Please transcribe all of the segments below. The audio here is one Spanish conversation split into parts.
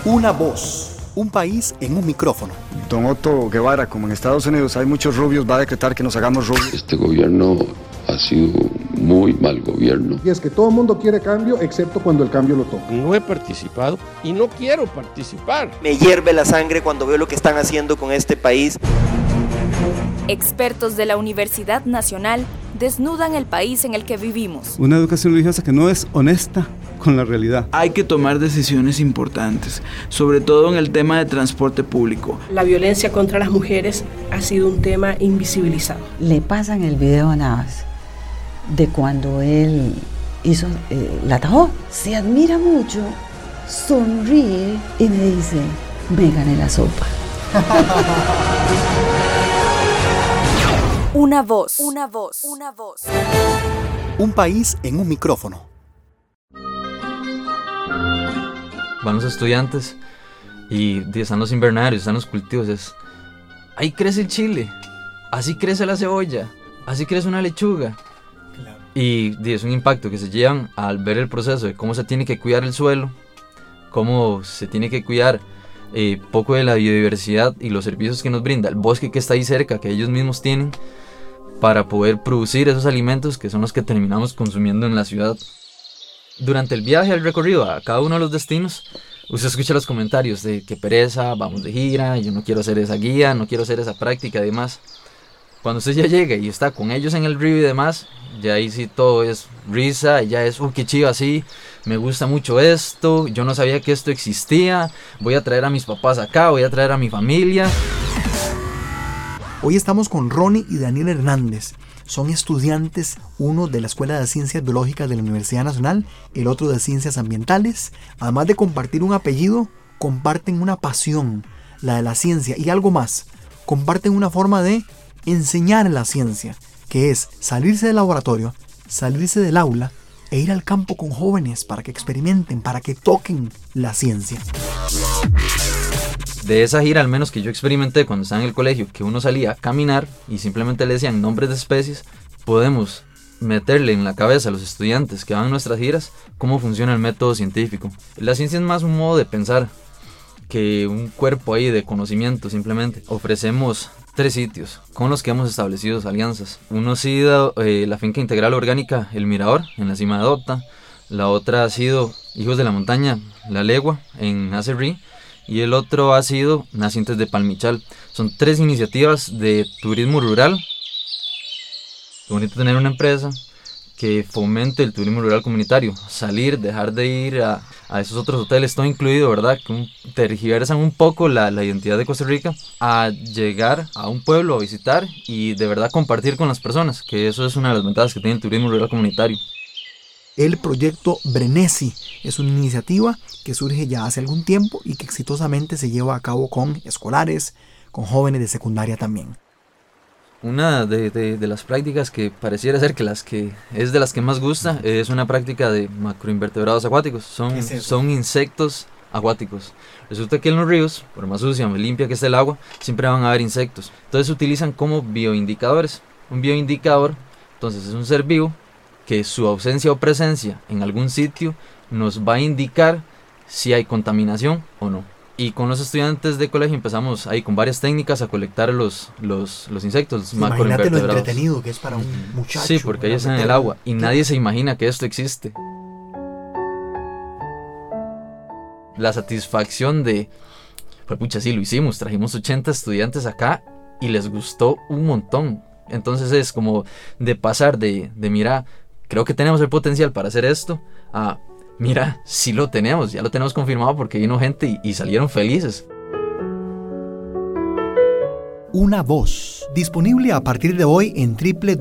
Una voz, un país en un micrófono. Don Otto Guevara, como en Estados Unidos hay muchos rubios, va a decretar que nos hagamos rubios. Este gobierno ha sido muy mal gobierno. Y es que todo el mundo quiere cambio, excepto cuando el cambio lo toca. No he participado y no quiero participar. Me hierve la sangre cuando veo lo que están haciendo con este país. Expertos de la Universidad Nacional desnudan el país en el que vivimos. Una educación religiosa que no es honesta con la realidad. Hay que tomar decisiones importantes, sobre todo en el tema de transporte público. La violencia contra las mujeres ha sido un tema invisibilizado. Le pasan el video a Navas de cuando él hizo la atajó. Se admira mucho, sonríe y me dice, me gané la sopa. Una voz, una voz, una voz. Un país en un micrófono. Van los estudiantes y están los invernarios, están los cultivos. Ahí crece el chile, así crece la cebolla, así crece una lechuga. Claro. Y es un impacto que se llevan al ver el proceso de cómo se tiene que cuidar el suelo, cómo se tiene que cuidar poco de la biodiversidad y los servicios que nos brinda el bosque que está ahí cerca, que ellos mismos tienen, para poder producir esos alimentos que son los que terminamos consumiendo en la ciudad. Durante el viaje, al recorrido a cada uno de los destinos, usted escucha los comentarios de que pereza, vamos de gira, yo no quiero hacer esa guía, no quiero hacer esa práctica y demás. Cuando usted ya llega y está con ellos en el río y demás, ya ahí sí todo es risa, ya es, qué chido así, me gusta mucho esto, yo no sabía que esto existía, voy a traer a mis papás acá, voy a traer a mi familia. Hoy estamos con Ronnie y Daniel Hernández. Son estudiantes, uno de la Escuela de Ciencias Biológicas de la Universidad Nacional, el otro de Ciencias Ambientales. Además de compartir un apellido, comparten una pasión, la de la ciencia, y algo más. Comparten una forma de enseñar la ciencia, que es salirse del laboratorio, salirse del aula e ir al campo con jóvenes para que experimenten, para que toquen la ciencia. De esa gira, al menos que yo experimenté cuando estaba en el colegio, que uno salía a caminar y simplemente le decían nombres de especies, podemos meterle en la cabeza a los estudiantes que van a nuestras giras cómo funciona el método científico. La ciencia es más un modo de pensar que un cuerpo ahí de conocimiento simplemente. Ofrecemos 3 sitios con los que hemos establecido alianzas. Uno ha sido la finca integral orgánica El Mirador, en la cima de Dota. La otra ha sido Hijos de la Montaña, La Legua, en Acerrí. Y el otro ha sido Nacientes de Palmichal. Son 3 iniciativas de turismo rural. Es bonito tener una empresa que fomente el turismo rural comunitario. Salir, dejar de ir a esos otros hoteles, todo incluido, ¿verdad? Que tergiversan un poco la identidad de Costa Rica, a llegar a un pueblo a visitar y de verdad compartir con las personas, que eso es una de las ventajas que tiene el turismo rural comunitario. El proyecto Brenesi es una iniciativa que surge ya hace algún tiempo y que exitosamente se lleva a cabo con escolares, con jóvenes de secundaria también. Una de las prácticas que pareciera ser que es de las que más gusta es una práctica de macroinvertebrados acuáticos. Son insectos acuáticos. Resulta que en los ríos, por más sucia o limpia que esté el agua, siempre van a haber insectos. Entonces se utilizan como bioindicadores. Un bioindicador, entonces, es un ser vivo que su ausencia o presencia en algún sitio nos va a indicar si hay contaminación o no. Y con los estudiantes de colegio empezamos ahí con varias técnicas a colectar los insectos, los macroinvertebrados. Imagínate lo entretenido que es para un muchacho. Sí, porque ellos están en el agua y nadie se imagina que esto existe. La satisfacción de, pues pucha, sí lo hicimos, trajimos 80 estudiantes acá y les gustó un montón. Entonces es como de pasar de mira, creo que tenemos el potencial para hacer esto, a mira, sí lo tenemos, ya lo tenemos confirmado porque vino gente y salieron felices. Una voz, disponible a partir de hoy en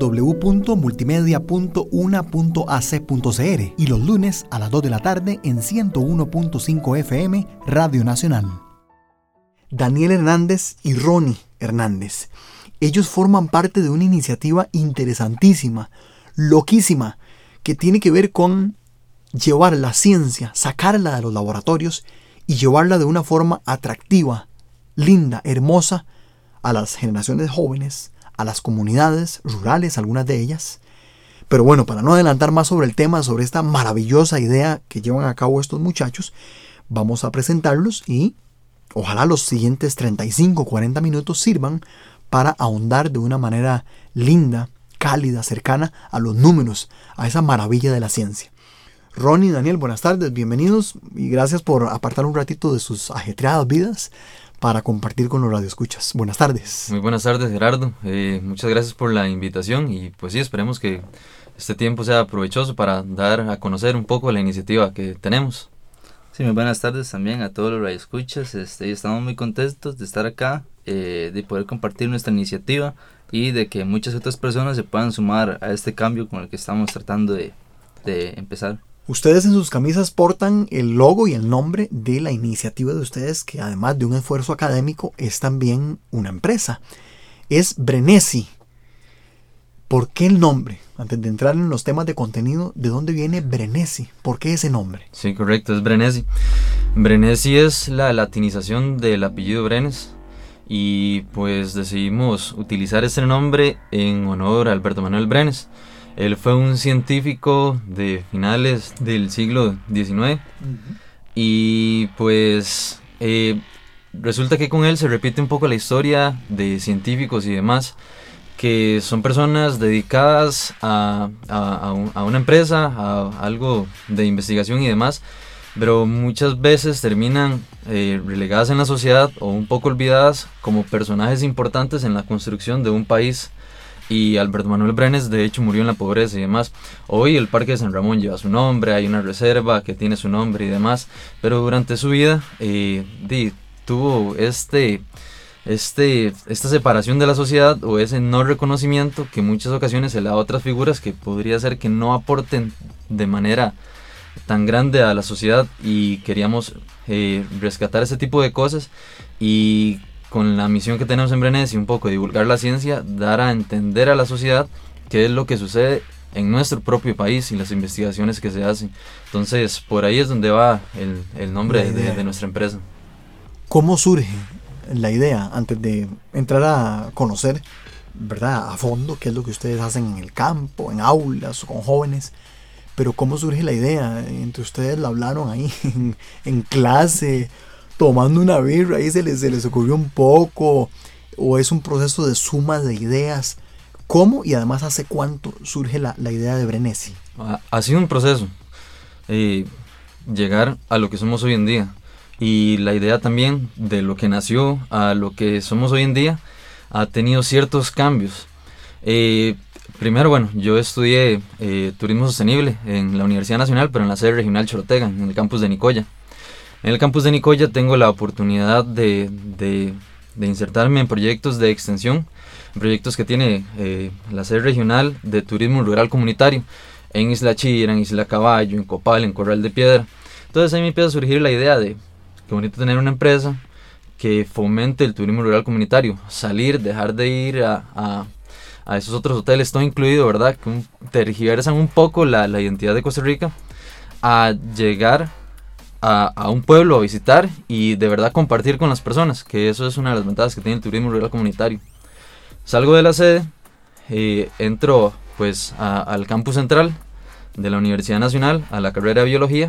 www.multimedia.una.ac.cr y los lunes a las 2 de la tarde en 101.5 FM Radio Nacional. Daniel Hernández y Ronnie Hernández. Ellos forman parte de una iniciativa interesantísima, loquísima, que tiene que ver con llevar la ciencia, sacarla de los laboratorios y llevarla de una forma atractiva, linda, hermosa, a las generaciones jóvenes, a las comunidades rurales, algunas de ellas. Pero bueno, para no adelantar más sobre el tema, sobre esta maravillosa idea que llevan a cabo estos muchachos, Vamos a presentarlos y ojalá los siguientes 35, 40 minutos sirvan para ahondar de una manera linda, cálida, cercana a los números, a esa maravilla de la ciencia. Ronnie, Daniel, buenas tardes, bienvenidos y gracias por apartar un ratito de sus ajetreadas vidas para compartir con los radioescuchas. Buenas tardes. Muy buenas tardes, Gerardo. Muchas gracias por la invitación y pues sí, esperemos que este tiempo sea provechoso para dar a conocer un poco la iniciativa que tenemos. Sí, muy buenas tardes también a todos los radioescuchas. Estamos muy contentos de estar acá, de poder compartir nuestra iniciativa y de que muchas otras personas se puedan sumar a este cambio con el que estamos tratando de empezar. Ustedes en sus camisas portan el logo y el nombre de la iniciativa de ustedes, que además de un esfuerzo académico es también una empresa. Es Brenesi. ¿Por qué el nombre? Antes de entrar en los temas de contenido, ¿de dónde viene Brenesi? ¿Por qué ese nombre? Sí, correcto, es Brenesi. Brenesi es la latinización del apellido Brenes y pues decidimos utilizar ese nombre en honor a Alberto Manuel Brenes. Él fue un científico de finales del siglo XIX y pues resulta que con él se repite un poco la historia de científicos y demás que son personas dedicadas a una empresa, a algo de investigación y demás, pero muchas veces terminan relegadas en la sociedad o un poco olvidadas como personajes importantes en la construcción de un país. Y Alberto Manuel Brenes de hecho murió en la pobreza y demás. Hoy el Parque de San Ramón lleva su nombre, hay una reserva que tiene su nombre y demás, pero durante su vida tuvo esta separación de la sociedad o ese no reconocimiento que en muchas ocasiones se le da a otras figuras que podría ser que no aporten de manera tan grande a la sociedad, y queríamos rescatar ese tipo de cosas y con la misión que tenemos en Brenesi, un poco divulgar la ciencia, dar a entender a la sociedad qué es lo que sucede en nuestro propio país y las investigaciones que se hacen. Entonces, por ahí es donde va el nombre de nuestra empresa. ¿Cómo surge la idea, antes de entrar a conocer, ¿verdad?, a fondo qué es lo que ustedes hacen en el campo, en aulas o con jóvenes? Pero ¿cómo surge la idea? ¿Entre ustedes la hablaron ahí en clase, tomando una birra, ahí se les ocurrió un poco, o es un proceso de suma de ideas? ¿Cómo y además hace cuánto surge la idea de Brenesi? Ha sido un proceso, llegar a lo que somos hoy en día, y la idea también de lo que nació a lo que somos hoy en día ha tenido ciertos cambios. Primero, bueno, yo estudié turismo sostenible en la Universidad Nacional, pero en la sede regional Chorotega, en el campus de Nicoya. En el campus de Nicoya tengo la oportunidad de insertarme en proyectos de extensión, en proyectos que tiene la sede regional de turismo rural comunitario, en Isla Chira, en Isla Caballo, en Copal, en Corral de Piedra. Entonces ahí me empieza a surgir la idea de qué bonito tener una empresa que fomente el turismo rural comunitario, salir, dejar de ir a esos otros hoteles, todo incluido, ¿verdad?, que tergiversan un poco la identidad de Costa Rica, a llegar a un pueblo a visitar y de verdad compartir con las personas, que eso es una de las ventajas que tiene el turismo rural comunitario. Salgo de la sede, entro pues al campus central de la Universidad Nacional, a la carrera de biología,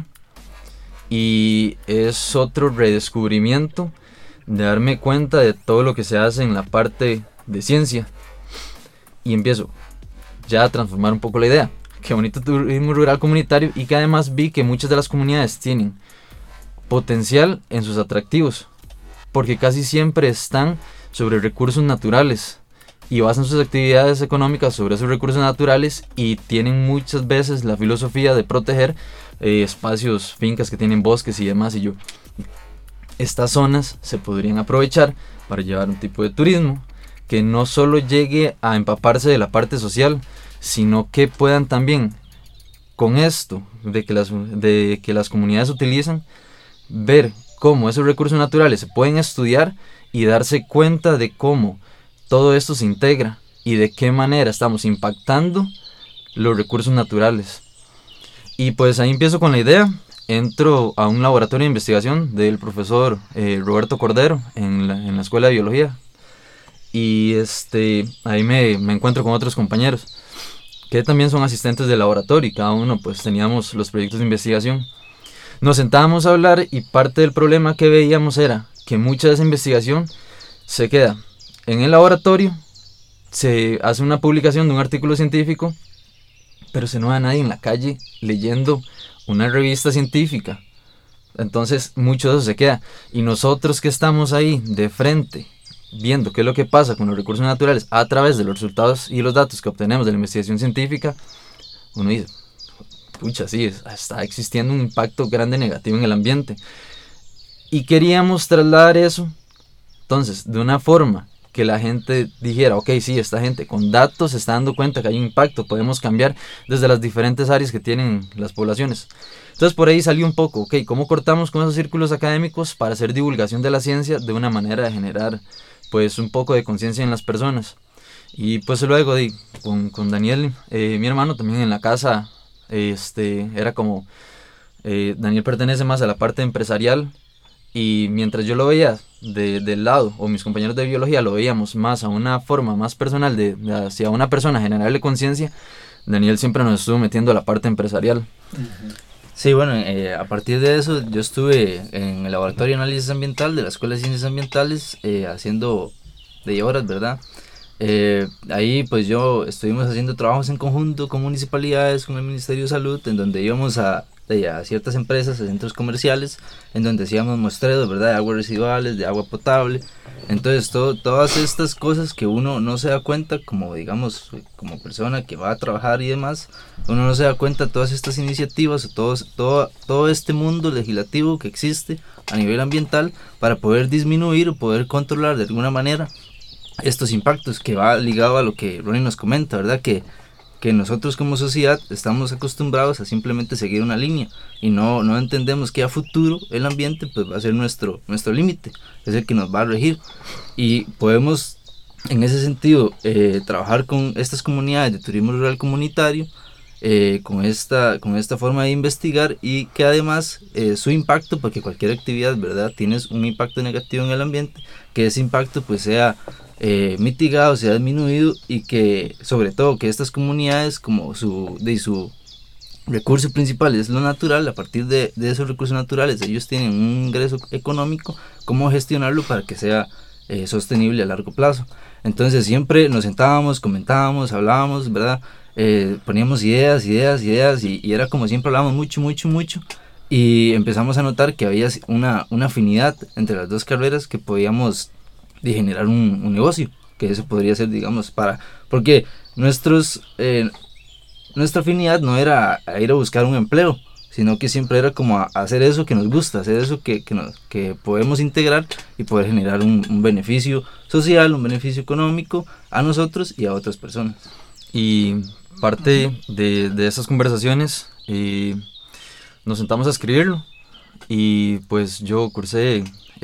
y es otro redescubrimiento de darme cuenta de todo lo que se hace en la parte de ciencia, y empiezo ya a transformar un poco la idea. Qué bonito turismo rural comunitario, y que además vi que muchas de las comunidades tienen potencial en sus atractivos, porque casi siempre están sobre recursos naturales y basan sus actividades económicas sobre esos recursos naturales, y tienen muchas veces la filosofía de proteger espacios, fincas que tienen bosques y demás, y estas zonas se podrían aprovechar para llevar un tipo de turismo que no solo llegue a empaparse de la parte social, sino que puedan también, con esto de que las comunidades utilizan, ver cómo esos recursos naturales se pueden estudiar y darse cuenta de cómo todo esto se integra y de qué manera estamos impactando los recursos naturales. Y pues ahí empiezo con la idea. Entro a un laboratorio de investigación del profesor Roberto Cordero en la Escuela de Biología, y ahí me encuentro con otros compañeros que también son asistentes del laboratorio, y cada uno pues teníamos los proyectos de investigación. nos sentábamos a hablar y parte del problema que veíamos era que mucha de esa investigación se queda en el laboratorio, se hace una publicación de un artículo científico, pero se no ve a nadie en la calle leyendo una revista científica. Entonces mucho de eso se queda. Y nosotros que estamos ahí de frente, viendo qué es lo que pasa con los recursos naturales a través de los resultados y los datos que obtenemos de la investigación científica, uno dice, pucha, sí, está existiendo un impacto grande negativo en el ambiente. Y queríamos trasladar eso, entonces, de una forma que la gente dijera, ok, sí, esta gente con datos se está dando cuenta que hay un impacto, podemos cambiar desde las diferentes áreas que tienen las poblaciones. Entonces por ahí salió un poco, ok, ¿cómo cortamos con esos círculos académicos para hacer divulgación de la ciencia de una manera de generar pues un poco de conciencia en las personas? Y pues luego con Daniel, mi hermano, también en la casa, era como, Daniel pertenece más a la parte empresarial, y mientras yo lo veía del lado, o mis compañeros de biología lo veíamos más a una forma más personal, hacia una persona, generarle conciencia, Daniel siempre nos estuvo metiendo a la parte empresarial. Sí, bueno, a partir de eso yo estuve en el laboratorio de análisis ambiental de la Escuela de Ciencias Ambientales haciendo de horas, ¿verdad? Ahí pues estuvimos haciendo trabajos en conjunto con municipalidades, con el Ministerio de Salud, en donde íbamos a ciertas empresas, a centros comerciales, en donde hacíamos muestreos, ¿verdad?, de aguas residuales, de agua potable. Entonces todas estas cosas que uno no se da cuenta, como digamos, como persona que va a trabajar y demás, uno no se da cuenta de todas estas iniciativas, todo este mundo legislativo que existe a nivel ambiental para poder disminuir o poder controlar de alguna manera estos impactos, que va ligado a lo que Ronnie nos comenta, ¿verdad?, que nosotros como sociedad estamos acostumbrados a simplemente seguir una línea y no entendemos que a futuro el ambiente pues va a ser nuestro límite, es el que nos va a regir, y podemos en ese sentido trabajar con estas comunidades de turismo rural comunitario, con esta forma de investigar, y que además su impacto, porque cualquier actividad, ¿verdad?, tiene un impacto negativo en el ambiente, que ese impacto pues sea mitigado, se ha disminuido, y que sobre todo que estas comunidades, como su recurso principal es lo natural, a partir de esos recursos naturales ellos tienen un ingreso económico, cómo gestionarlo para que sea sostenible a largo plazo. Entonces siempre nos sentábamos, comentábamos, hablábamos, ¿verdad? Poníamos ideas y era como siempre hablábamos mucho, y empezamos a notar que había una afinidad entre las dos carreras, que podíamos de generar un negocio, que eso podría ser, digamos, porque nuestra afinidad no era a ir a buscar un empleo, sino que siempre era como a hacer eso que nos gusta, hacer eso que podemos integrar y poder generar un beneficio social, un beneficio económico a nosotros y a otras personas. Y parte de esas conversaciones nos sentamos a escribirlo, y pues yo cursé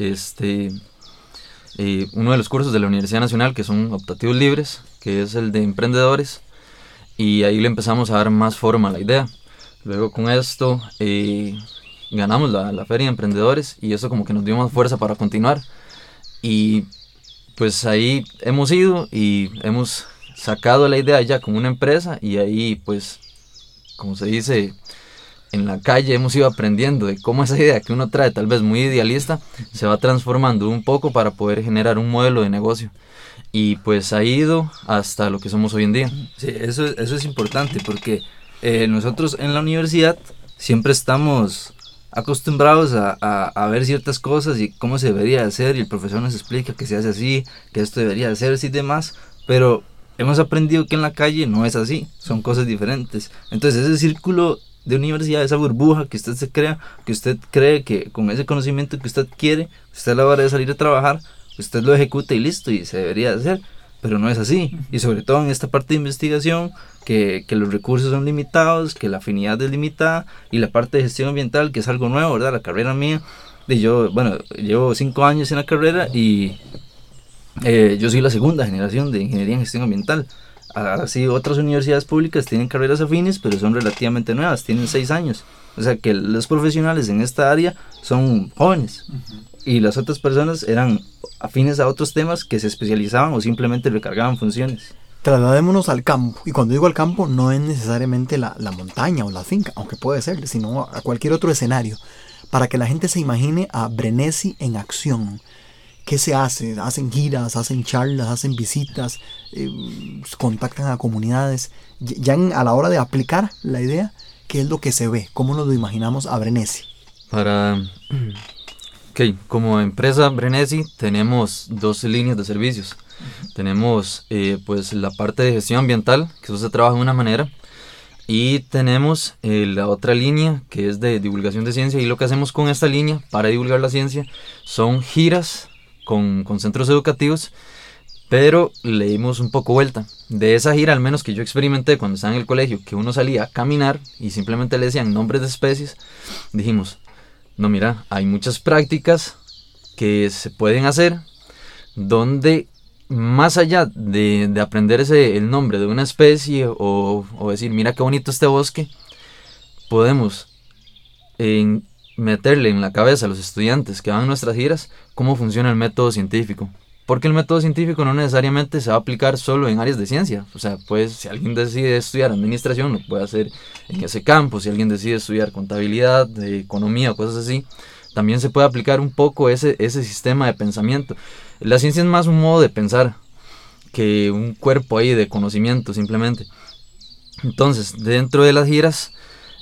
uno de los cursos de la Universidad Nacional, que son optativos libres, que es el de emprendedores, y ahí le empezamos a dar más forma a la idea. Luego con esto ganamos la feria de emprendedores, y eso como que nos dio más fuerza para continuar, y pues ahí hemos ido y hemos sacado la idea ya como una empresa, y ahí pues, como se dice, en la calle hemos ido aprendiendo de cómo esa idea que uno trae tal vez muy idealista se va transformando un poco para poder generar un modelo de negocio, y pues ha ido hasta lo que somos hoy en día. Sí, eso es importante, porque nosotros en la universidad siempre estamos acostumbrados a ver ciertas cosas y cómo se debería hacer, y el profesor nos explica que se hace así, que esto debería hacerse y demás, pero hemos aprendido que en la calle no es así, son cosas diferentes. Entonces ese círculo de universidad, esa burbuja que usted se crea, que usted cree que con ese conocimiento que usted quiere, usted a la hora de salir a trabajar, usted lo ejecuta y listo, y se debería hacer, pero no es así. Y sobre todo en esta parte de investigación, que los recursos son limitados, que la afinidad es limitada, y la parte de gestión ambiental, que es algo nuevo, ¿verdad? La carrera mía, llevo 5 años en la carrera, y yo soy la segunda generación de ingeniería en gestión ambiental. Así otras universidades públicas tienen carreras afines, pero son relativamente nuevas, tienen 6 años. O sea que los profesionales en esta área son jóvenes, y las otras personas eran afines a otros temas que se especializaban o simplemente recargaban funciones. Trasladémonos al campo, y cuando digo al campo no es necesariamente la montaña o la finca, aunque puede ser, sino a cualquier otro escenario, para que la gente se imagine a Brennesi en acción. ¿Qué se hace? Hacen giras, hacen charlas, hacen visitas, contactan a comunidades. Ya a la hora de aplicar la idea, ¿qué es lo que se ve? ¿Cómo nos lo imaginamos a Brennesi? Como empresa Brennesi tenemos 2 líneas de servicios. Tenemos pues la parte de gestión ambiental, que eso se trabaja de una manera, y tenemos la otra línea que es de divulgación de ciencia, y lo que hacemos con esta línea para divulgar la ciencia son giras con centros educativos, pero le dimos un poco vuelta. De esa gira, al menos que yo experimenté cuando estaba en el colegio, que uno salía a caminar y simplemente le decían nombres de especies, dijimos, no, mira, hay muchas prácticas que se pueden hacer donde más allá de aprenderse el nombre de una especie o decir, mira qué bonito este bosque, podemos meterle en la cabeza a los estudiantes que van a nuestras giras cómo funciona el método científico. Porque el método científico no necesariamente se va a aplicar solo en áreas de ciencia. O sea, pues si alguien decide estudiar administración, lo puede hacer en ese campo. Si alguien decide estudiar contabilidad, economía o cosas así, también se puede aplicar un poco ese sistema de pensamiento. La ciencia es más un modo de pensar que un cuerpo ahí de conocimiento simplemente. Entonces, dentro de las giras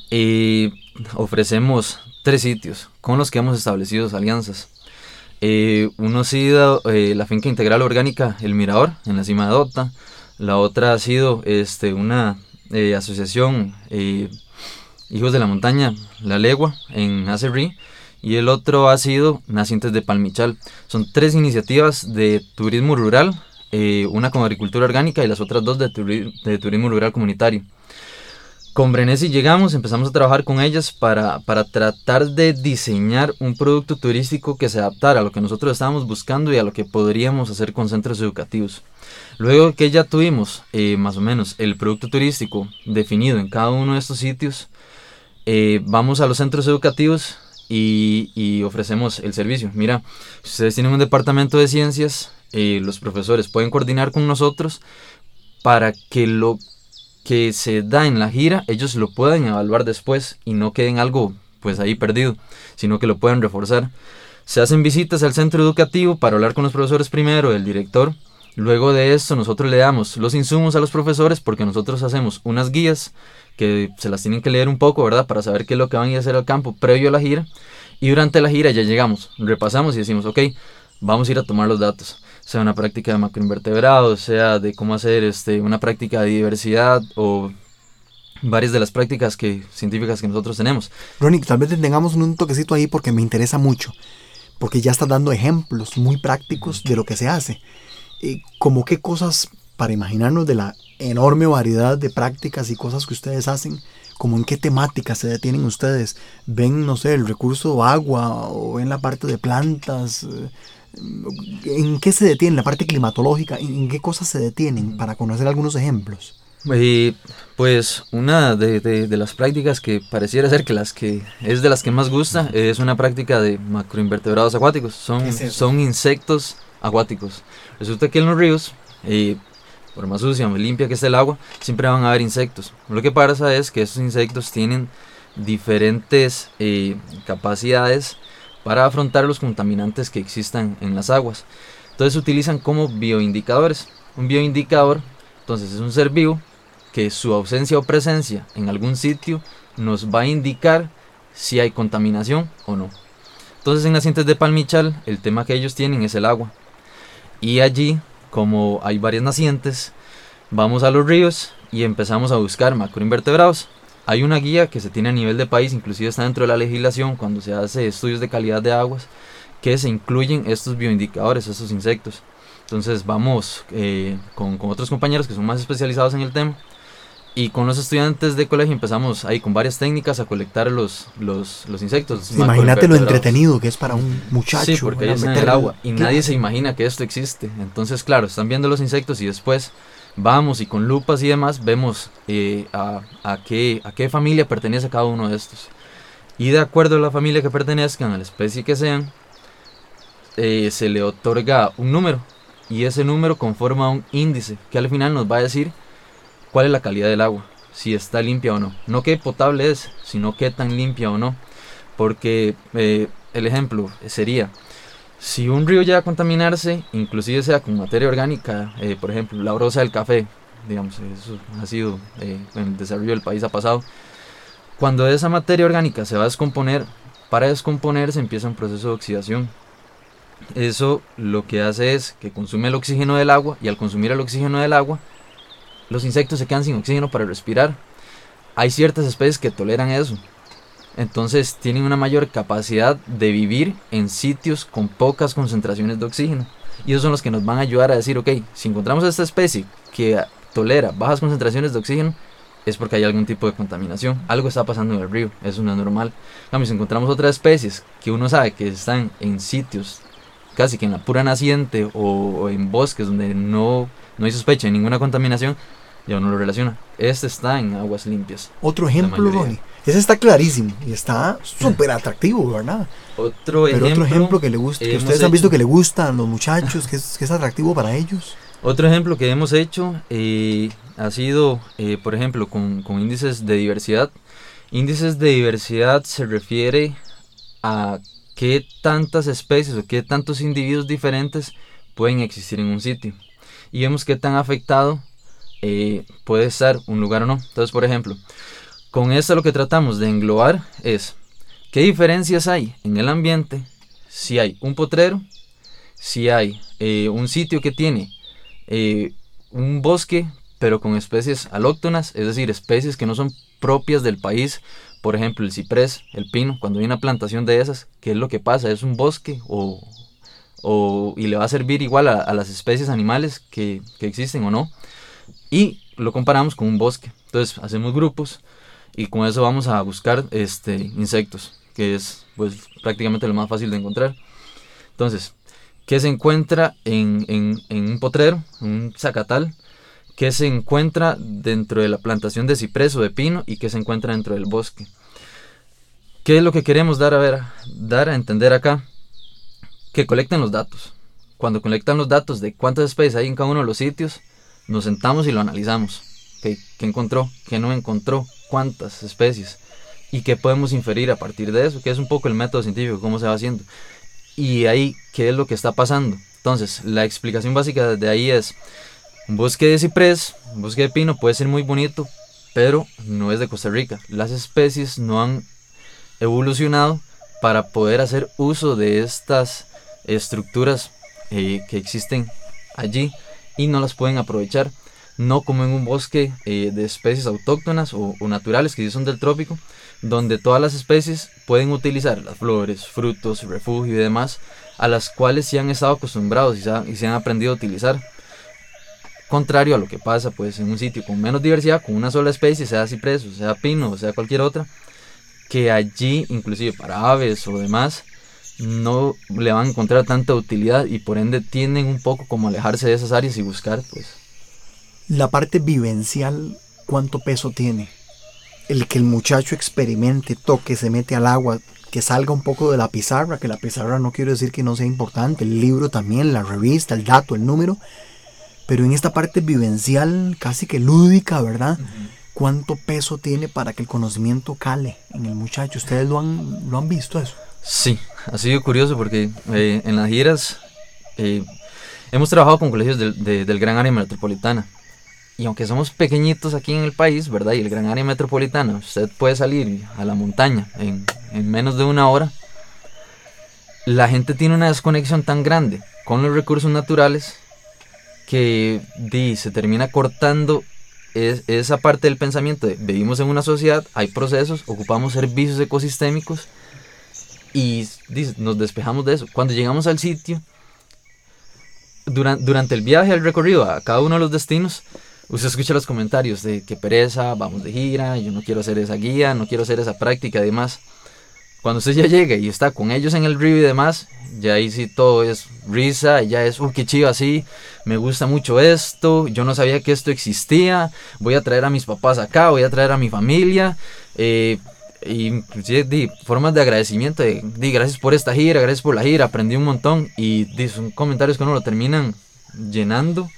ofrecemos 3 sitios con los que hemos establecido alianzas. Uno ha sido la finca integral orgánica El Mirador en la cima de Dota. La otra ha sido una asociación Hijos de la Montaña La Legua en Acerrí, y el otro ha sido Nacientes de Palmichal. Son 3 iniciativas de turismo rural, una con agricultura orgánica y las otras 2 de turismo rural comunitario. Con Brennesi empezamos a trabajar con ellas para tratar de diseñar un producto turístico que se adaptara a lo que nosotros estábamos buscando y a lo que podríamos hacer con centros educativos. Luego que ya tuvimos más o menos el producto turístico definido en cada uno de estos sitios, vamos a los centros educativos y ofrecemos el servicio. Mira, si ustedes tienen un departamento de ciencias, los profesores pueden coordinar con nosotros para que lo que se da en la gira, ellos lo puedan evaluar después y no queden algo pues ahí perdido, sino que lo puedan reforzar. Se hacen visitas al centro educativo para hablar con los profesores primero, el director. Luego de esto nosotros le damos los insumos a los profesores, porque nosotros hacemos unas guías que se las tienen que leer un poco, ¿verdad? Para saber qué es lo que van a ir a hacer al campo previo a la gira. Y durante la gira ya llegamos, repasamos y decimos, ok, vamos a ir a tomar los datos. Sea una práctica de macroinvertebrados, sea de cómo hacer una práctica de diversidad o varias de las prácticas científicas que nosotros tenemos. Ronnie, tal vez tengamos un toquecito ahí porque me interesa mucho, porque ya estás dando ejemplos muy prácticos de lo que se hace. ¿Cómo qué cosas, para imaginarnos de la enorme variedad de prácticas y cosas que ustedes hacen, como en qué temáticas se detienen ustedes? ¿Ven, no sé, el recurso agua o ven la parte de plantas? ¿En qué se detienen? ¿La parte climatológica? ¿En qué cosas se detienen? Para conocer algunos ejemplos. Pues una de las prácticas que pareciera ser que es de las que más gusta es una práctica de macroinvertebrados acuáticos. Son insectos acuáticos. Resulta que en los ríos, por más sucia o limpia que esté el agua, siempre van a haber insectos. Lo que pasa es que estos insectos tienen diferentes capacidades para afrontar los contaminantes que existan en las aguas. Entonces se utilizan como bioindicadores. Un bioindicador, entonces, es un ser vivo que su ausencia o presencia en algún sitio nos va a indicar si hay contaminación o no. Entonces en Nacientes de Palmichal el tema que ellos tienen es el agua. Y allí, como hay varias nacientes, vamos a los ríos y empezamos a buscar macroinvertebrados. Hay una guía que se tiene a nivel de país, inclusive está dentro de la legislación cuando se hace estudios de calidad de aguas, que se incluyen estos bioindicadores, estos insectos. Entonces vamos con otros compañeros que son más especializados en el tema, y con los estudiantes de colegio empezamos ahí con varias técnicas a colectar los insectos. Imagínate lo entretenido que es para un muchacho. Sí, porque ellos están en el agua y nadie se imagina que esto existe. Entonces, claro, están viendo los insectos y después vamos y con lupas y demás vemos a qué familia pertenece cada uno de estos. Y de acuerdo a la familia que pertenezcan, a la especie que sean, se le otorga un número. y ese número conforma un índice que al final nos va a decir cuál es la calidad del agua, si está limpia o no. No qué potable es, sino qué tan limpia o no. Porque el ejemplo sería, si un río llega a contaminarse, inclusive sea con materia orgánica, por ejemplo, la brosa del café, digamos, eso ha sido, en el desarrollo del país ha pasado, cuando esa materia orgánica se va a descomponer, para descomponerse empieza un proceso de oxidación. Eso lo que hace es que consume el oxígeno del agua, y al consumir el oxígeno del agua, los insectos se quedan sin oxígeno para respirar. Hay ciertas especies que toleran eso. Entonces tienen una mayor capacidad de vivir en sitios con pocas concentraciones de oxígeno. Y esos son los que nos van a ayudar a decir, ok, si encontramos esta especie que tolera bajas concentraciones de oxígeno, es porque hay algún tipo de contaminación. Algo está pasando en el río, eso no es normal. Si encontramos otras especies que uno sabe que están en sitios casi que en la pura naciente o en bosques donde no hay sospecha de ninguna contaminación, ya uno lo relaciona. Este está en aguas limpias. Otro ejemplo, Ronnie. Ese está clarísimo y está súper atractivo, ¿verdad? Otro ejemplo que le gusta, que ustedes han visto que le gusta a los muchachos, que es atractivo para ellos. Otro ejemplo que hemos hecho ha sido, por ejemplo, con índices de diversidad. Índices de diversidad se refiere a qué tantas especies o qué tantos individuos diferentes pueden existir en un sitio. Y vemos qué tan afectado puede estar un lugar o no. Entonces, por ejemplo, con esto lo que tratamos de englobar es qué diferencias hay en el ambiente si hay un potrero, si hay un sitio que tiene un bosque pero con especies alóctonas, es decir, especies que no son propias del país. Por ejemplo, el ciprés, el pino, cuando hay una plantación de esas, ¿qué es lo que pasa? ¿Es un bosque y le va a servir igual a las especies animales que existen o no? Y lo comparamos con un bosque. Entonces hacemos grupos y con eso vamos a buscar insectos, que es pues prácticamente lo más fácil de encontrar. Entonces, ¿qué se encuentra en un potrero, un zacatal? ¿Qué se encuentra dentro de la plantación de ciprés o de pino? ¿Y qué se encuentra dentro del bosque? ¿Qué es lo que queremos dar a entender acá? Que colecten los datos. Cuando colectan los datos de cuántas especies hay en cada uno de los sitios, nos sentamos y lo analizamos. ¿Qué encontró? ¿Qué no encontró? ¿Cuántas especies? ¿Y qué podemos inferir a partir de eso? Que es un poco el método científico, cómo se va haciendo. Y ahí, ¿qué es lo que está pasando? Entonces, la explicación básica de ahí es: un bosque de ciprés, un bosque de pino puede ser muy bonito, pero no es de Costa Rica. Las especies no han evolucionado para poder hacer uso de estas estructuras que existen allí y no las pueden aprovechar. No como en un bosque de especies autóctonas o naturales que sí son del trópico, donde todas las especies pueden utilizar las flores, frutos, refugio y demás, a las cuales sí han estado acostumbrados y se han aprendido a utilizar. Contrario a lo que pasa pues en un sitio con menos diversidad, con una sola especie, sea ciprés, o sea pino, o sea cualquier otra, que allí inclusive para aves o demás no le van a encontrar tanta utilidad y por ende tienden un poco como a alejarse de esas áreas y buscar pues. La parte vivencial, ¿cuánto peso tiene? El que el muchacho experimente, toque, se mete al agua, que salga un poco de la pizarra, que la pizarra no quiero decir que no sea importante, el libro también, la revista, el dato, el número, pero en esta parte vivencial, casi que lúdica, ¿verdad? ¿Cuánto peso tiene para que el conocimiento cale en el muchacho? ¿Ustedes lo han visto eso? Sí, ha sido curioso porque en las giras hemos trabajado con colegios del gran área metropolitana. Y aunque somos pequeñitos aquí en el país, ¿verdad? Y el gran área metropolitana, usted puede salir a la montaña en menos de una hora. La gente tiene una desconexión tan grande con los recursos naturales que se termina cortando esa parte del pensamiento de vivimos en una sociedad, hay procesos, ocupamos servicios ecosistémicos y nos despejamos de eso. Cuando llegamos al sitio, durante el viaje, el recorrido a cada uno de los destinos, usted escucha los comentarios de que pereza, vamos de gira, yo no quiero hacer esa guía, no quiero hacer esa práctica y demás. Cuando usted ya llega y está con ellos en el río y demás, ya ahí sí todo es risa, ya es, qué chido así, me gusta mucho esto, yo no sabía que esto existía, voy a traer a mis papás acá, voy a traer a mi familia, y formas de agradecimiento, de gracias por esta gira, gracias por la gira, aprendí un montón, y son comentarios que uno lo terminan llenando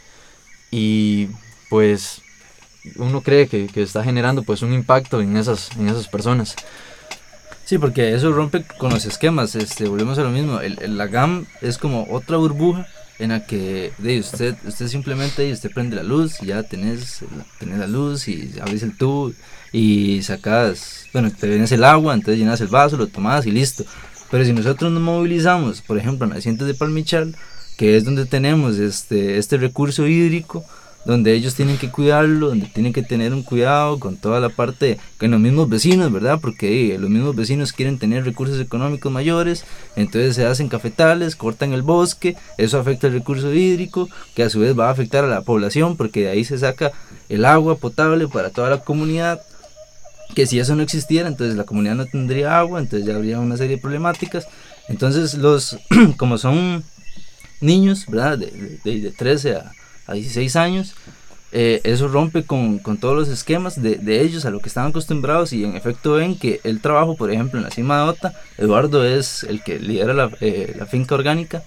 y pues uno cree que está generando pues un impacto en esas personas. Sí, porque eso rompe con los esquemas, volvemos a lo mismo, la GAM es como otra burbuja en la que usted simplemente usted prende la luz y ya tenés la luz y abrís el tubo y sacas, te vienes el agua, entonces llenas el vaso, lo tomás y listo. Pero si nosotros nos movilizamos, por ejemplo, en Nacientes de Palmichal, que es donde tenemos este recurso hídrico, donde ellos tienen que cuidarlo, donde tienen que tener un cuidado con toda la parte, con los mismos vecinos, ¿verdad? Porque los mismos vecinos quieren tener recursos económicos mayores, entonces se hacen cafetales, cortan el bosque, eso afecta el recurso hídrico, que a su vez va a afectar a la población, porque de ahí se saca el agua potable para toda la comunidad, que si eso no existiera, entonces la comunidad no tendría agua, entonces ya habría una serie de problemáticas. Entonces como son niños, ¿verdad? De 13 a 16 años, eso rompe con todos los esquemas de ellos, a lo que están acostumbrados, y en efecto ven que el trabajo, por ejemplo, en la Cima de Ota, Eduardo es el que lidera la finca orgánica,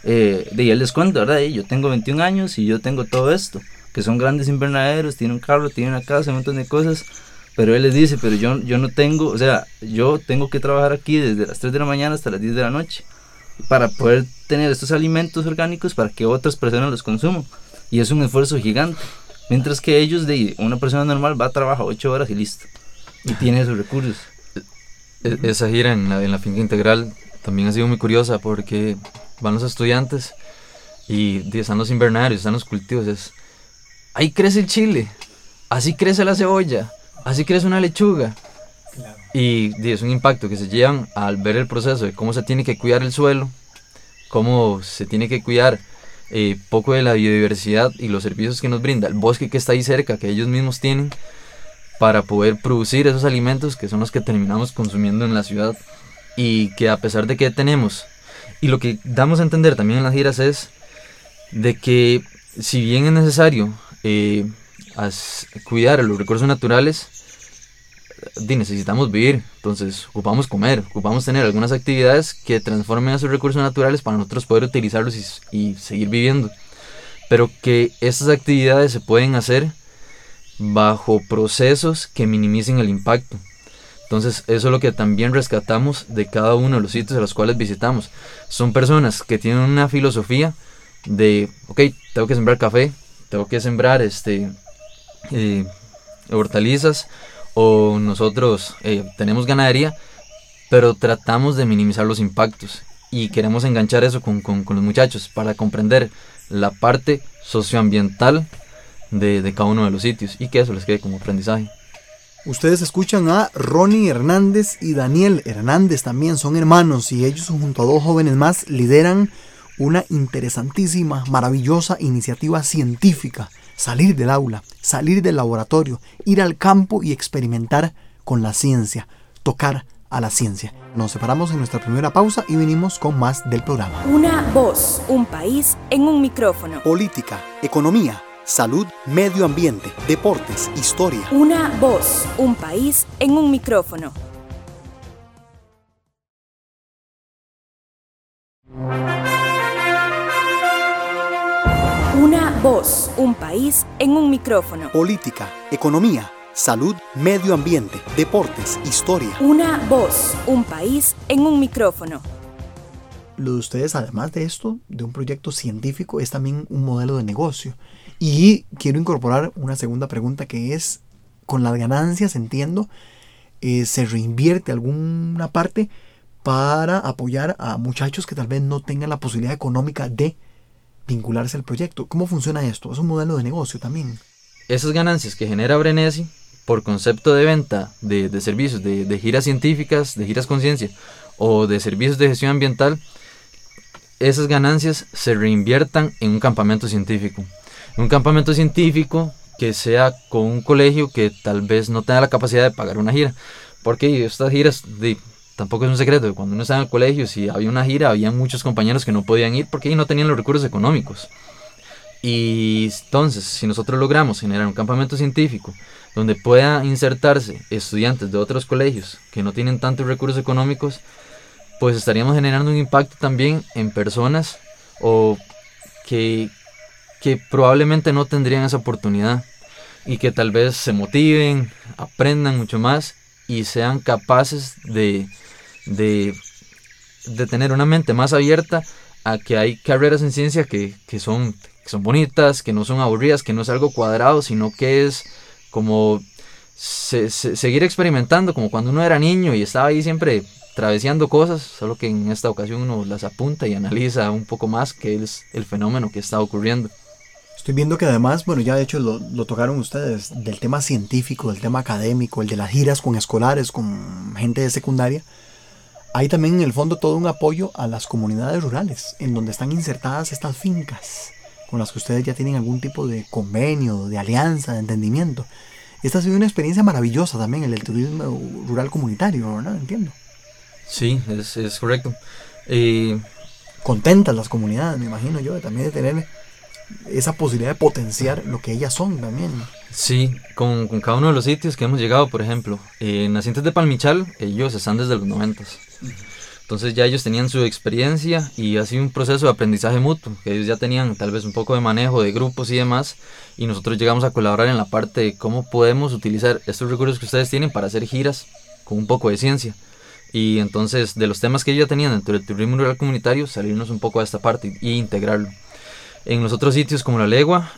y él les cuenta, ¿verdad? Yo tengo 21 años y yo tengo todo esto, que son grandes invernaderos, tiene un carro, tiene una casa, un montón de cosas, pero él les dice, pero yo no tengo, o sea, yo tengo que trabajar aquí desde las 3 de la mañana hasta las 10 de la noche, para poder tener estos alimentos orgánicos para que otras personas los consuman. Y es un esfuerzo gigante, mientras que ellos, una persona normal va a trabajar 8 horas y listo, y tiene esos recursos. Esa gira en la finca integral también ha sido muy curiosa, porque van los estudiantes y están los invernarios, están los cultivos, ahí crece el chile, así crece la cebolla, así crece una lechuga. Claro. Y es un impacto que se llevan al ver el proceso de cómo se tiene que cuidar el suelo, cómo se tiene que cuidar poco de la biodiversidad y los servicios que nos brinda el bosque que está ahí cerca, que ellos mismos tienen, para poder producir esos alimentos que son los que terminamos consumiendo en la ciudad. Y que a pesar de que tenemos, y lo que damos a entender también en las giras es de que si bien es necesario cuidar los recursos naturales, necesitamos vivir, entonces ocupamos comer, ocupamos tener algunas actividades que transformen esos recursos naturales para nosotros poder utilizarlos y seguir viviendo, pero que esas actividades se pueden hacer bajo procesos que minimicen el impacto. Entonces eso es lo que también rescatamos de cada uno de los sitios a los cuales visitamos. Son personas que tienen una filosofía de, tengo que sembrar café, tengo que sembrar hortalizas, o nosotros tenemos ganadería, pero tratamos de minimizar los impactos y queremos enganchar eso con los muchachos para comprender la parte socioambiental de cada uno de los sitios y que eso les quede como aprendizaje. Ustedes escuchan a Ronnie Hernández y Daniel Hernández, también son hermanos, y ellos junto a 2 jóvenes más lideran una interesantísima, maravillosa iniciativa científica. Salir del aula, salir del laboratorio, ir al campo y experimentar con la ciencia, tocar a la ciencia. Nos separamos en nuestra primera pausa y venimos con más del programa. Una voz, un país en un micrófono. Política, economía, salud, medio ambiente, deportes, historia. Una voz, un país en un micrófono. Una voz, un país en un micrófono. Política, economía, salud, medio ambiente, deportes, historia. Una voz, un país en un micrófono. Lo de ustedes, además de esto, de un proyecto científico, es también un modelo de negocio. Y quiero incorporar una segunda pregunta, que es, con las ganancias, entiendo, ¿se reinvierte alguna parte para apoyar a muchachos que tal vez no tengan la posibilidad económica de vincularse al proyecto? ¿Cómo funciona esto? Es un modelo de negocio también. Esas ganancias que genera Brenesi por concepto de venta de servicios, de giras científicas, de giras conciencia o de servicios de gestión ambiental, esas ganancias se reinviertan en un campamento científico. Un campamento científico que sea con un colegio que tal vez no tenga la capacidad de pagar una gira, porque estas giras tampoco es un secreto. Cuando uno estaba en el colegio, si había una gira, había muchos compañeros que no podían ir porque no tenían los recursos económicos. Y entonces, si nosotros logramos generar un campamento científico donde pueda insertarse estudiantes de otros colegios que no tienen tantos recursos económicos, pues estaríamos generando un impacto también en personas o que que probablemente no tendrían esa oportunidad y que tal vez se motiven, aprendan mucho más y sean capaces de tener una mente más abierta a que hay carreras en ciencia que son bonitas, que no son aburridas, que no es algo cuadrado, sino que es como seguir experimentando, como cuando uno era niño y estaba ahí siempre traveseando cosas, solo que en esta ocasión uno las apunta y analiza un poco más qué es el fenómeno que está ocurriendo. Estoy viendo que además, bueno, ya de hecho lo tocaron ustedes, del tema científico, del tema académico, el de las giras con escolares, con gente de secundaria. Hay también en el fondo todo un apoyo a las comunidades rurales, en donde están insertadas estas fincas, con las que ustedes ya tienen algún tipo de convenio, de alianza, de entendimiento. Esta ha sido una experiencia maravillosa también, el del turismo rural comunitario, ¿verdad? Entiendo. Sí, es correcto. Contentas las comunidades, me imagino yo, también de tener esa posibilidad de potenciar lo que ellas son también. Sí, con cada uno de los sitios que hemos llegado, por ejemplo, Nacientes de Palmichal, ellos están desde los 90s. Entonces ya ellos tenían su experiencia y ha sido un proceso de aprendizaje mutuo, que ellos ya tenían tal vez un poco de manejo de grupos y demás, y nosotros llegamos a colaborar en la parte de cómo podemos utilizar estos recursos que ustedes tienen para hacer giras con un poco de ciencia. Y entonces de los temas que ellos ya tenían dentro del turismo rural comunitario, salirnos un poco a esta parte y integrarlo. En los otros sitios como La Legua,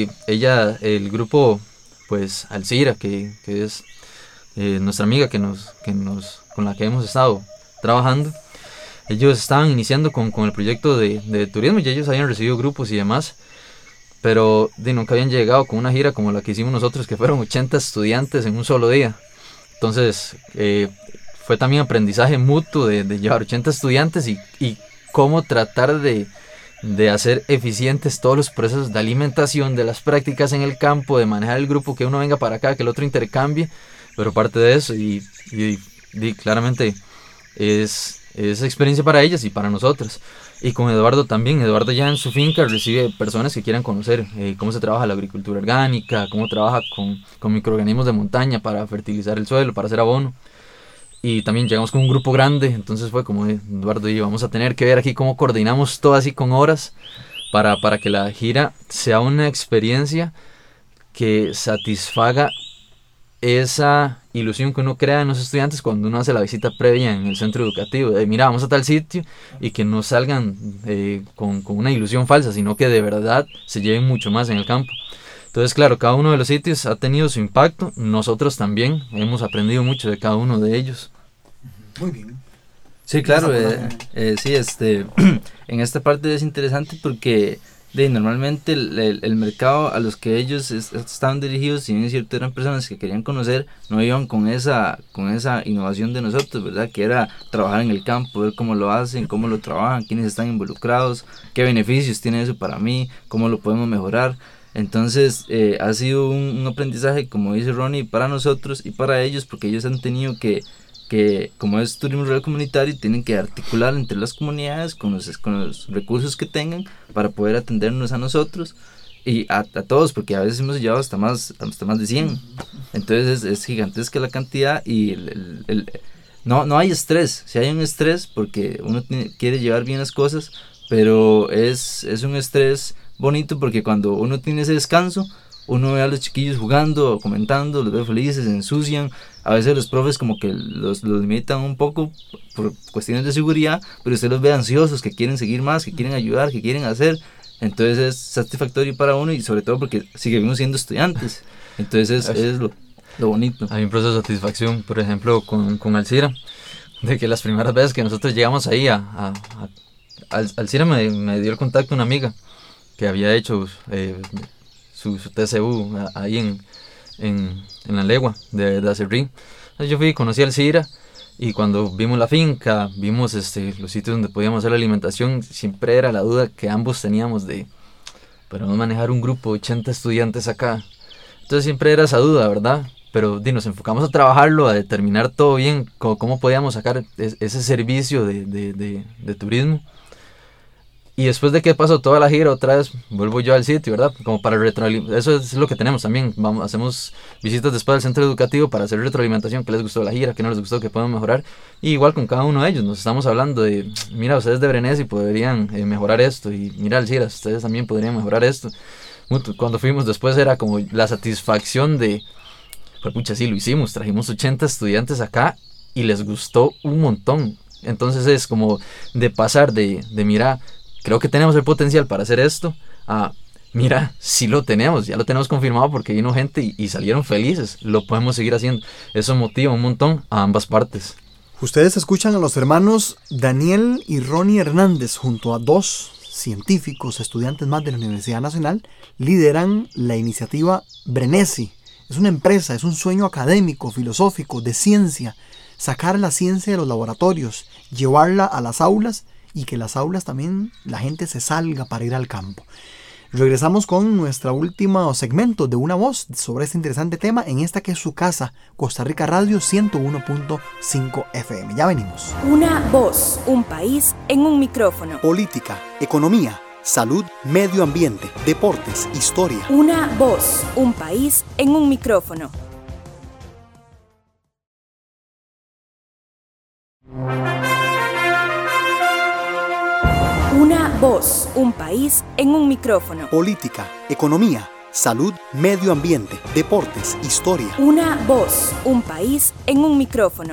el grupo pues Alcira, que es nuestra amiga con la que hemos estado trabajando, ellos estaban iniciando con el proyecto de turismo y ellos habían recibido grupos y demás, pero nunca habían llegado con una gira como la que hicimos nosotros, que fueron 80 estudiantes en un solo día. Entonces fue también aprendizaje mutuo de llevar 80 estudiantes y cómo tratar de hacer eficientes todos los procesos de alimentación, de las prácticas en el campo, de manejar el grupo, que uno venga para acá, que el otro intercambie, pero parte de eso y claramente es experiencia para ellas y para nosotros. Y con Eduardo también, Eduardo ya en su finca recibe personas que quieran conocer cómo se trabaja la agricultura orgánica, cómo trabaja con microorganismos de montaña para fertilizar el suelo, para hacer abono. Y también llegamos con un grupo grande, entonces fue como Eduardo y yo, vamos a tener que ver aquí cómo coordinamos todo así con horas para que la gira sea una experiencia que satisfaga esa ilusión que uno crea en los estudiantes cuando uno hace la visita previa en el centro educativo, de mira, vamos a tal sitio, y que no salgan con una ilusión falsa, sino que de verdad se lleven mucho más en el campo. Entonces, claro, cada uno de los sitios ha tenido su impacto. Nosotros también hemos aprendido mucho de cada uno de ellos. Muy bien. Sí, claro. Sí, en esta parte es interesante porque normalmente el mercado a los que ellos estaban dirigidos, si bien es cierto, eran personas que querían conocer, no iban con esa innovación de nosotros, ¿verdad? Que era trabajar en el campo, ver cómo lo hacen, cómo lo trabajan, quiénes están involucrados, qué beneficios tiene eso para mí, cómo lo podemos mejorar. Entonces ha sido un aprendizaje, como dice Ronnie, para nosotros y para ellos, porque ellos han tenido que como es turismo rural comunitario, tienen que articular entre las comunidades con los recursos que tengan para poder atendernos a nosotros y a todos, porque a veces hemos llevado hasta más de 100. Entonces es gigantesca la cantidad y no hay estrés. Si hay un estrés porque uno quiere llevar bien las cosas, pero es un estrés bonito porque cuando uno tiene ese descanso, uno ve a los chiquillos jugando o comentando, los ve felices, se ensucian. A veces los profes como que los limitan un poco por cuestiones de seguridad, pero usted los ve ansiosos, que quieren seguir más, que quieren ayudar, que quieren hacer. Entonces es satisfactorio para uno y sobre todo porque seguimos siendo estudiantes. Entonces es lo bonito. Hay un proceso de satisfacción, por ejemplo, con Alcira, de que las primeras veces que nosotros llegamos ahí Alcira me dio el contacto una amiga que había hecho su TCU ahí en La Legua de Acerrí. Entonces yo fui y conocí a Alcira, y cuando vimos la finca, vimos los sitios donde podíamos hacer la alimentación, siempre era la duda que ambos teníamos pero no manejar un grupo de 80 estudiantes acá. Entonces siempre era esa duda, ¿verdad? Pero nos enfocamos a trabajarlo, a determinar todo bien, cómo podíamos sacar ese servicio de turismo. Y después de que pasó toda la gira, otra vez vuelvo yo al sitio, ¿verdad? Como para retroalimentar. Eso es lo que tenemos también. Hacemos visitas después del centro educativo para hacer retroalimentación. ¿Qué les gustó de la gira? ¿Qué no les gustó? ¿Qué podemos mejorar? Y igual con cada uno de ellos. Nos estamos hablando de, mira, ustedes de Brenesi podrían mejorar esto. Y mira, Alciras, ustedes también podrían mejorar esto. Cuando fuimos después era como la satisfacción de, pues pucha, sí, lo hicimos. Trajimos 80 estudiantes acá y les gustó un montón. Entonces es como de pasar de mira, creo que tenemos el potencial para hacer esto, mira, sí lo tenemos, ya lo tenemos confirmado porque vino gente y salieron felices, lo podemos seguir haciendo. Eso motiva un montón a ambas partes. Ustedes escuchan a los hermanos Daniel y Ronnie Hernández junto a 2 científicos, estudiantes más de la Universidad Nacional, lideran la iniciativa Brenesi. Es una empresa, es un sueño académico, filosófico, de ciencia, sacar la ciencia de los laboratorios, llevarla a las aulas y que las aulas también la gente se salga para ir al campo. Regresamos con nuestra última segmento de Una Voz sobre este interesante tema en esta que es su casa, Costa Rica Radio 101.5 FM. Ya venimos. Una voz, un país en un micrófono. Política, economía, salud, medio ambiente, deportes, historia. Una voz, un país en un micrófono. Una voz, un país en un micrófono. Política, economía, salud, medio ambiente, deportes, historia. Una voz, un país en un micrófono.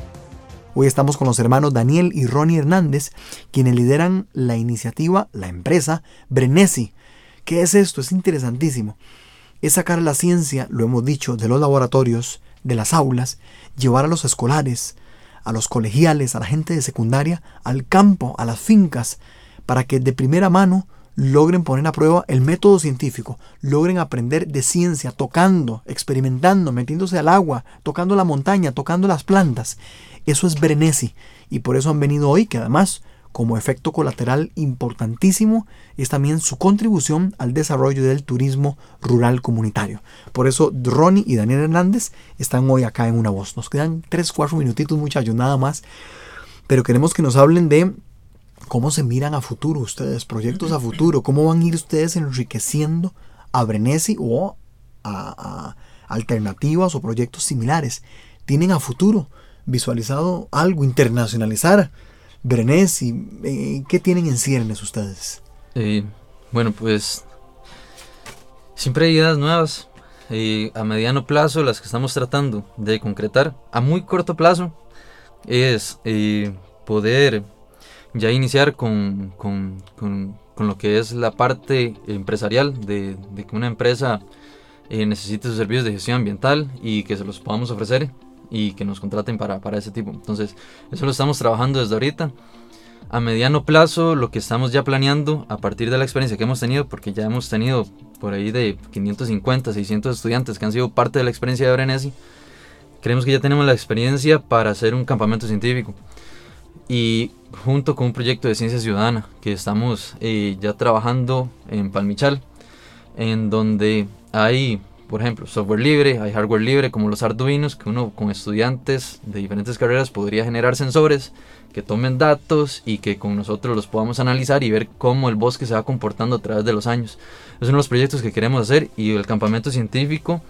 Hoy estamos con los hermanos Daniel y Ronnie Hernández, quienes lideran la iniciativa, la empresa Brenesi. ¿Qué es esto? Es interesantísimo. Es sacar la ciencia, lo hemos dicho, de los laboratorios, de las aulas, llevar a los escolares, a los colegiales, a la gente de secundaria, al campo, a las fincas, para que de primera mano logren poner a prueba el método científico, logren aprender de ciencia, tocando, experimentando, metiéndose al agua, tocando la montaña, tocando las plantas. Eso es Brenesi, y por eso han venido hoy, que además, como efecto colateral importantísimo, es también su contribución al desarrollo del turismo rural comunitario. Por eso Ronnie y Daniel Hernández están hoy acá en Una Voz. Nos quedan 3-4 minutitos, muchachos, nada más, pero queremos que nos hablen de cómo se miran a futuro ustedes, proyectos a futuro, cómo van a ir ustedes enriqueciendo a Brenesi o a alternativas o proyectos similares. ¿Tienen a futuro visualizado algo, internacionalizar Brenesi? ¿Qué tienen en ciernes ustedes? Bueno, pues siempre hay ideas nuevas. A mediano plazo, las que estamos tratando de concretar. A muy corto plazo es poder ya iniciar con lo que es la parte empresarial de que una empresa necesite sus servicios de gestión ambiental y que se los podamos ofrecer y que nos contraten para ese tipo. Entonces, eso lo estamos trabajando desde ahorita. A mediano plazo, lo que estamos ya planeando a partir de la experiencia que hemos tenido, porque ya hemos tenido por ahí de 550, 600 estudiantes que han sido parte de la experiencia de Brenesi, creemos que ya tenemos la experiencia para hacer un campamento científico. Y junto con un proyecto de ciencia ciudadana que estamos ya trabajando en Palmichal, en donde hay, por ejemplo, software libre, hay hardware libre como los Arduinos, que uno con estudiantes de diferentes carreras podría generar sensores que tomen datos y que con nosotros los podamos analizar y ver cómo el bosque se va comportando a través de los años. Es uno de los proyectos que queremos hacer, y el campamento científico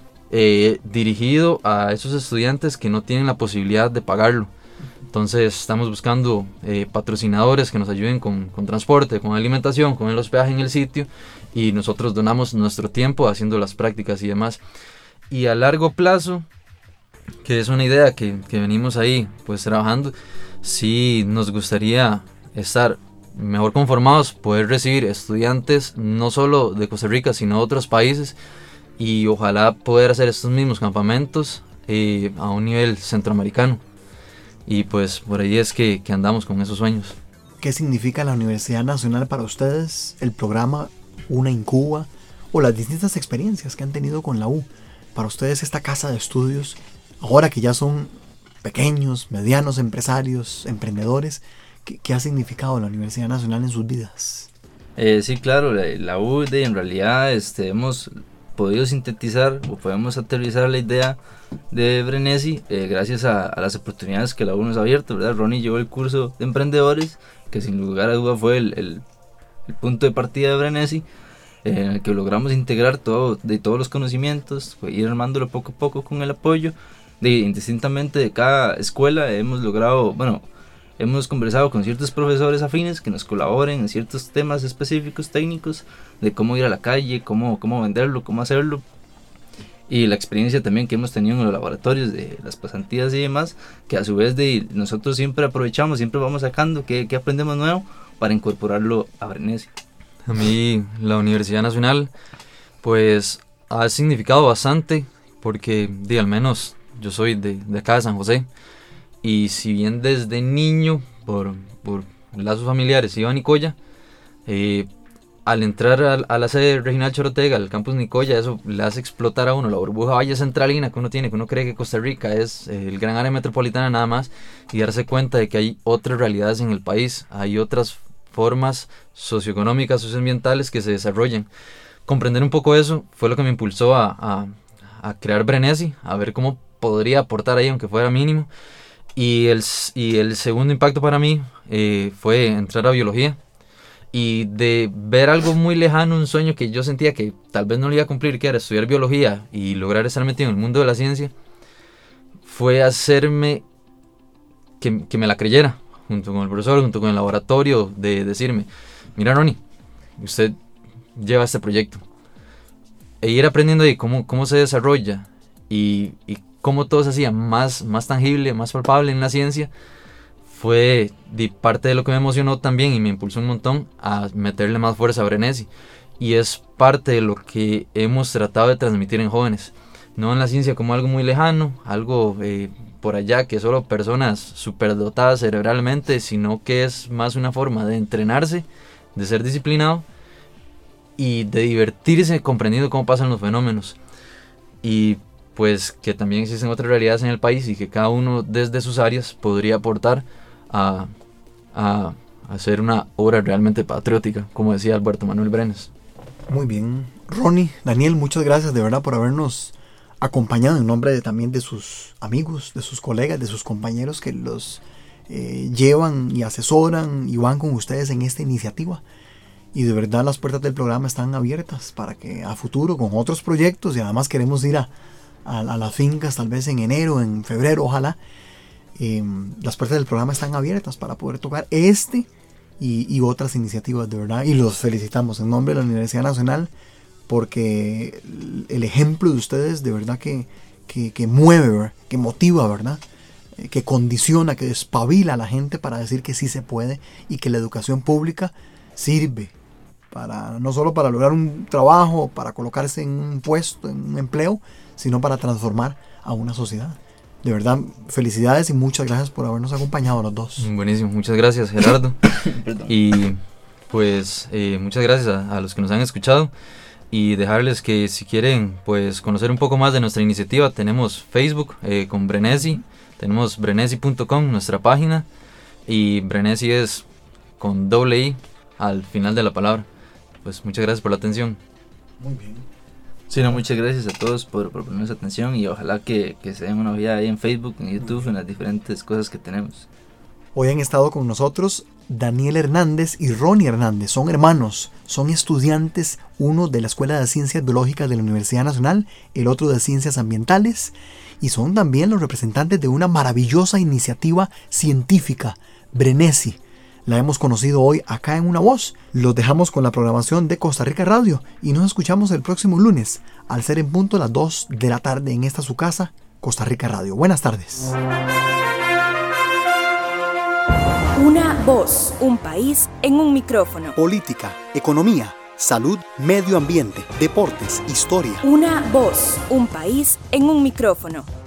dirigido a esos estudiantes que no tienen la posibilidad de pagarlo. Entonces estamos buscando patrocinadores que nos ayuden con transporte, con alimentación, con el hospedaje en el sitio, y nosotros donamos nuestro tiempo haciendo las prácticas y demás. Y a largo plazo, que es una idea que venimos ahí pues trabajando, sí nos gustaría estar mejor conformados, poder recibir estudiantes no solo de Costa Rica sino de otros países, y ojalá poder hacer estos mismos campamentos a un nivel centroamericano. Y pues por ahí es que andamos con esos sueños. ¿Qué significa la Universidad Nacional para ustedes, el programa Una Incuba o las distintas experiencias que han tenido con la U? Para ustedes esta casa de estudios, ahora que ya son pequeños, medianos empresarios, emprendedores, ¿qué ha significado la Universidad Nacional en sus vidas? Sí, claro, la U en realidad hemos podido sintetizar o podemos aterrizar la idea de Brenesi gracias a las oportunidades que la U nos ha abierto, ¿verdad? Ronnie llevó el curso de emprendedores, que sin lugar a duda fue el punto de partida de Brenesi, en el que logramos integrar todos los conocimientos, ir armándolo poco a poco con el apoyo indistintamente de cada escuela. Hemos conversado con ciertos profesores afines que nos colaboren en ciertos temas específicos técnicos de cómo ir a la calle, cómo venderlo, cómo hacerlo, y la experiencia también que hemos tenido en los laboratorios de las pasantías y demás, que a su vez nosotros siempre aprovechamos, siempre vamos sacando qué aprendemos nuevo para incorporarlo a Brenesi. A mí la Universidad Nacional pues ha significado bastante, porque al menos yo soy de acá de San José, y si bien desde niño por lazos familiares iba a Nicoya, al entrar a la sede regional Chorotega, al campus Nicoya, eso le hace explotar a uno la burbuja valle centralina que uno tiene, que uno cree que Costa Rica es el gran área metropolitana nada más, y darse cuenta de que hay otras realidades en el país, hay otras formas socioeconómicas, socioambientales que se desarrollan. Comprender un poco eso fue lo que me impulsó a crear Brenesi, a ver cómo podría aportar ahí, aunque fuera mínimo. Y el segundo impacto para mí fue entrar a biología, y de ver algo muy lejano, un sueño que yo sentía que tal vez no lo iba a cumplir, que era estudiar biología y lograr estar metido en el mundo de la ciencia, fue hacerme que me la creyera, junto con el profesor, junto con el laboratorio, de decirme: mira, Ronnie, usted lleva este proyecto, e ir aprendiendo de cómo se desarrolla y cómo todo se hacía más tangible, más palpable en la ciencia, fue parte de lo que me emocionó también y me impulsó un montón a meterle más fuerza a Brenesi, y es parte de lo que hemos tratado de transmitir en jóvenes, no en la ciencia como algo muy lejano, algo por allá que solo personas superdotadas cerebralmente, sino que es más una forma de entrenarse, de ser disciplinado y de divertirse comprendiendo cómo pasan los fenómenos, y pues que también existen otras realidades en el país y que cada uno desde sus áreas podría aportar a hacer una obra realmente patriótica, como decía Alberto Manuel Brenes. Muy bien. Ronnie, Daniel, muchas gracias de verdad por habernos acompañado en nombre también de sus amigos, de sus colegas, de sus compañeros que los llevan y asesoran y van con ustedes en esta iniciativa. Y de verdad las puertas del programa están abiertas para que a futuro, con otros proyectos, y además queremos ir a las fincas tal vez en enero, en febrero, ojalá, las puertas del programa están abiertas para poder tocar y otras iniciativas, de verdad, y los felicitamos en nombre de la Universidad Nacional, porque el ejemplo de ustedes de verdad que mueve, ¿verdad? Que motiva, ¿verdad? Que condiciona, que despabila a la gente para decir que sí se puede, y que la educación pública sirve no solo para lograr un trabajo, para colocarse en un puesto, en un empleo, sino para transformar a una sociedad. De verdad, felicidades y muchas gracias por habernos acompañado a los dos. Buenísimo, muchas gracias, Gerardo. Y pues muchas gracias a los que nos han escuchado, y dejarles que si quieren pues conocer un poco más de nuestra iniciativa, tenemos Facebook con Brenesi, tenemos brenesi.com, nuestra página, y Brenesi es con doble I al final de la palabra. Pues muchas gracias por la atención. Muy bien. Sí, muchas gracias a todos por ponernos atención, y ojalá que se den una ojeada ahí en Facebook, en YouTube, en las diferentes cosas que tenemos. Hoy han estado con nosotros Daniel Hernández y Ronnie Hernández. Son hermanos, son estudiantes, uno de la Escuela de Ciencias Biológicas de la Universidad Nacional, el otro de Ciencias Ambientales, y son también los representantes de una maravillosa iniciativa científica, Brenesi. La hemos conocido hoy acá en Una Voz. Los dejamos con la programación de Costa Rica Radio y nos escuchamos el próximo lunes al ser en punto las 2 de la tarde en esta su casa, Costa Rica Radio. Buenas tardes. Una voz, un país en un micrófono. Política, economía, salud, medio ambiente, deportes, historia. Una voz, un país en un micrófono.